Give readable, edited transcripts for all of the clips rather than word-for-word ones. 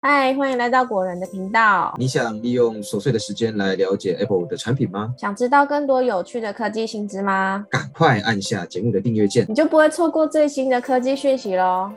嗨，欢迎来到果仁的频道。 你想利用琐碎的时间来了解 Apple 的产品吗？ 想知道更多有趣的科技新知吗？ 赶快按下节目的订阅键。 你就不会错过最新的科技讯息咯。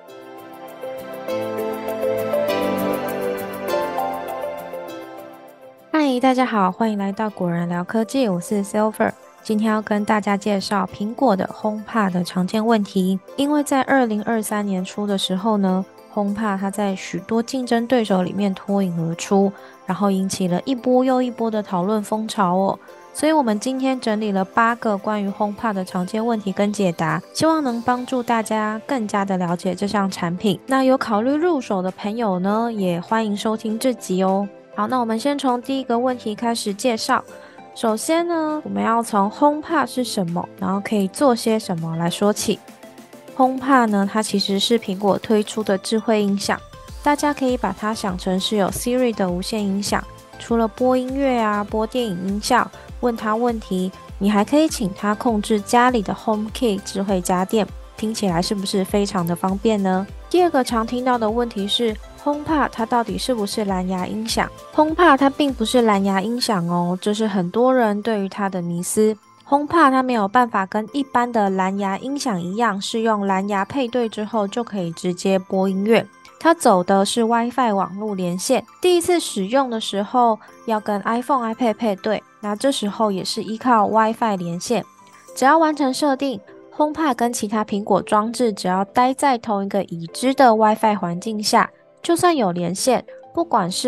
嗨，大家好，欢迎来到果仁聊科技，我是 Silver。今天要跟大家介绍苹果的 HomePod 的常见问题。因为在2023年初的时候呢，HomePod 它在许多竞争对手里面脱颖而出，然后引起了一波又一波的讨论风潮哦。所以我们今天整理了8个关于 HomePod 的常见问题跟解答，希望能帮助大家更加的了解这项产品。那有考虑入手的朋友呢，也欢迎收听这集哦。好，那我们先从第一个问题开始介绍。首先呢，我们要从 HomePod 是什么，然后可以做些什么来说起。HomePod 呢，它其实是苹果推出的智慧音响，大家可以把它想成是有 Siri 的无线音响，除了播音乐啊、播电影音效、问它问题，你还可以请它控制家里的 HomeKey 智慧家电，听起来是不是非常的方便呢？第二个常听到的问题是HomePod 它到底是不是蓝牙音响？ HomePod 它并不是蓝牙音响哦，这是很多人对于它的迷思。HomePod 它没有办法跟一般的蓝牙音响一样，是用蓝牙配对之后就可以直接播音乐。它走的是 WiFi 网络连线，第一次使用的时候要跟 iPhone、iPad 配对，那这时候也是依靠 WiFi 连线。只要完成设定，HomePod 跟其他苹果装置只要待在同一个已知的 WiFi 环境下，就算有连线，不管是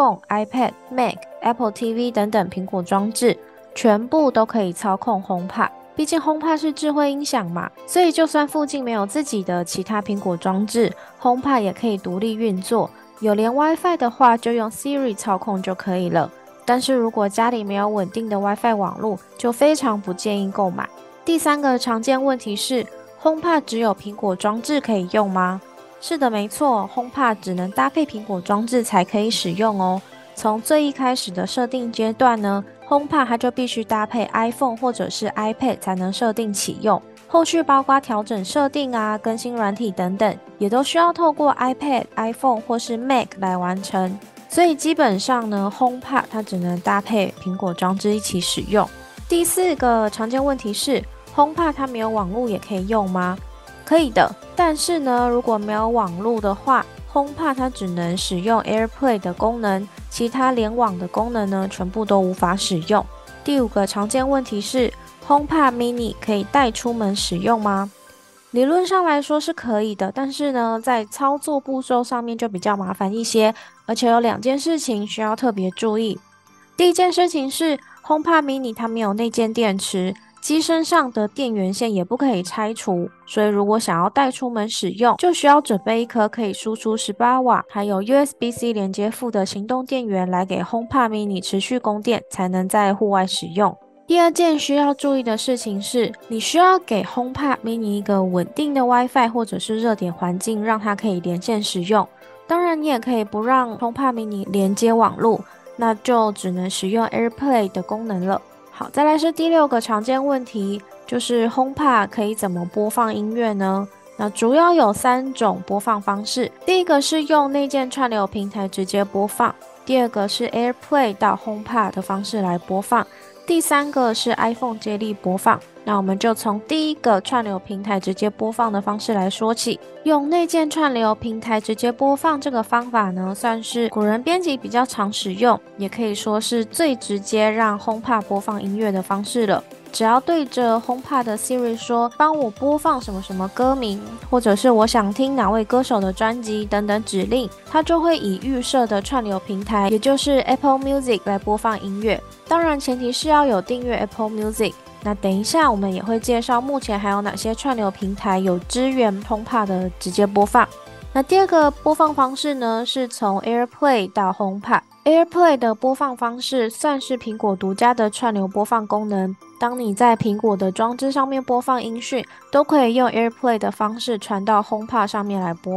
iPhone、iPad、Mac、Apple TV 等等苹果装置，全部都可以操控 HomePod。毕竟 HomePod 是智慧音响嘛，所以就算附近没有自己的其他苹果装置， HomePod 也可以独立运作。有连 WiFi 的话，就用 Siri 操控就可以了。但是如果家里没有稳定的 WiFi 网络，就非常不建议购买。第三个常见问题是 HomePod 只有苹果装置可以用吗？是的，没错， HomePod 只能搭配苹果装置才可以使用哦。从最一开始的设定阶段呢， HomePod 它就必须搭配 iPhone 或者是 iPad 才能设定启用。后续包括调整设定啊、更新软体等等，也都需要透过 iPad、iPhone 或是 Mac 来完成。所以基本上呢， HomePod 它只能搭配苹果装置一起使用。第四个常见问题是 HomePod 它没有网络也可以用吗？可以的，但是呢，如果没有网络的话， HomePod 它只能使用 AirPlay 的功能，其他联网的功能呢，全部都无法使用。第五个常见问题是 HomePod mini 可以带出门使用吗？理论上来说是可以的，但是呢，在操作步骤上面就比较麻烦一些，而且有2件事情需要特别注意。第一件事情是 HomePod mini 它没有内建电池，机身上的电源线也不可以拆除，所以如果想要带出门使用，就需要准备一颗可以输出18瓦，还有 USB-C 连接副的行动电源来给 HomePod mini 持续供电，才能在户外使用。第二件需要注意的事情是，你需要给 HomePod mini 一个稳定的 WiFi 或者是热点环境，让它可以连线使用。当然，你也可以不让 HomePod mini 连接网络，那就只能使用 AirPlay 的功能了。好，再来是第6个常见问题，就是 HomePod 可以怎么播放音乐呢？那主要有3种播放方式。第一个是用内建串流平台直接播放，第二个是 AirPlay 到 HomePod 的方式来播放，第3个是 iPhone 接力播放。那我们就从第一个串流平台直接播放的方式来说起。用内建串流平台直接播放这个方法呢，算是果仁编辑比较常使用，也可以说是最直接让 HomePod 播放音乐的方式了。只要对着 HomePod 的 Siri 说帮我播放什么什么歌名，或者是我想听哪位歌手的专辑等等指令，它就会以预设的串流平台，也就是 Apple Music 来播放音乐。当然前提是要有订阅 Apple Music。那等一下我们也会介绍目前还有哪些串流平台有支援 HomePod 的直接播放。那第2个播放方式呢，是从 AirPlay 到 HomePod。AirPlay 的播放方式算是苹果独家的串流播放功能，当你在苹果的装置上面播放音讯，都可以用 AirPlay 的方式传到 HomePod 上面来播放。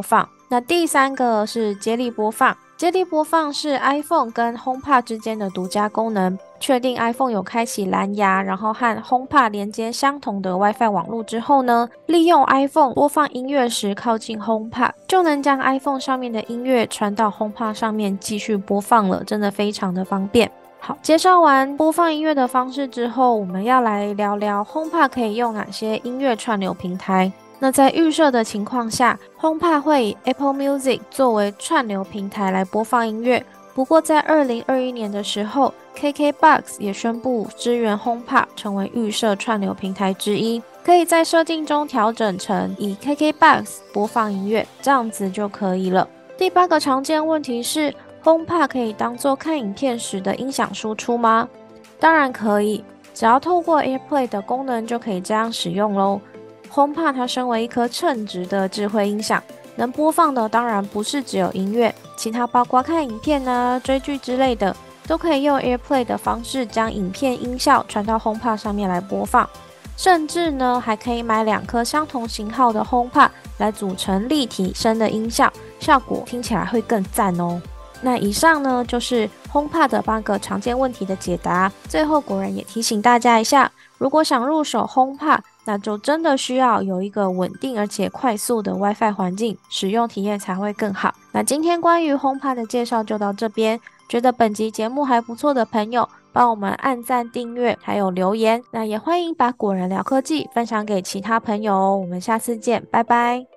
那第三个是接力播放，接力播放是 iPhone 跟 HomePod 之间的独家功能。确定 iPhone 有开启蓝牙，然后和 HomePod 连接相同的 WiFi 网络之后呢，利用 iPhone 播放音乐时靠近 HomePod， 就能将 iPhone 上面的音乐传到 HomePod 上面继续播放了，真的非常的方便。好，介绍完播放音乐的方式之后，我们要来聊聊 HomePod 可以用哪些音乐串流平台。那在预设的情况下 ，HomePod 会以 Apple Music 作为串流平台来播放音乐。不过在2021年的时候 ，KKBOX 也宣布支援 HomePod 成为预设串流平台之一，可以在设定中调整成以 KKBOX 播放音乐，这样子就可以了。第8个常见问题是 HomePod 可以当作看影片时的音响输出吗？当然可以，只要透过 AirPlay 的功能就可以这样使用咯。HomePod 它身为一颗称职的智慧音响，能播放的当然不是只有音乐，其他包括看影片啊、追剧之类的，都可以用 AirPlay 的方式将影片音效传到 HomePod 上面来播放。甚至呢，还可以买2颗相同型号的 HomePod 来组成立体声的音效，效果听起来会更赞哦。那以上呢，就是 HomePod 的8个常见问题的解答。最后果然也提醒大家一下，如果想入手 HomePod，那就真的需要有一个稳定而且快速的 WiFi 环境，使用体验才会更好。那今天关于 HomePod 的介绍就到这边，觉得本集节目还不错的朋友，帮我们按赞、订阅还有留言。那也欢迎把果仁聊科技分享给其他朋友哦。我们下次见，拜拜。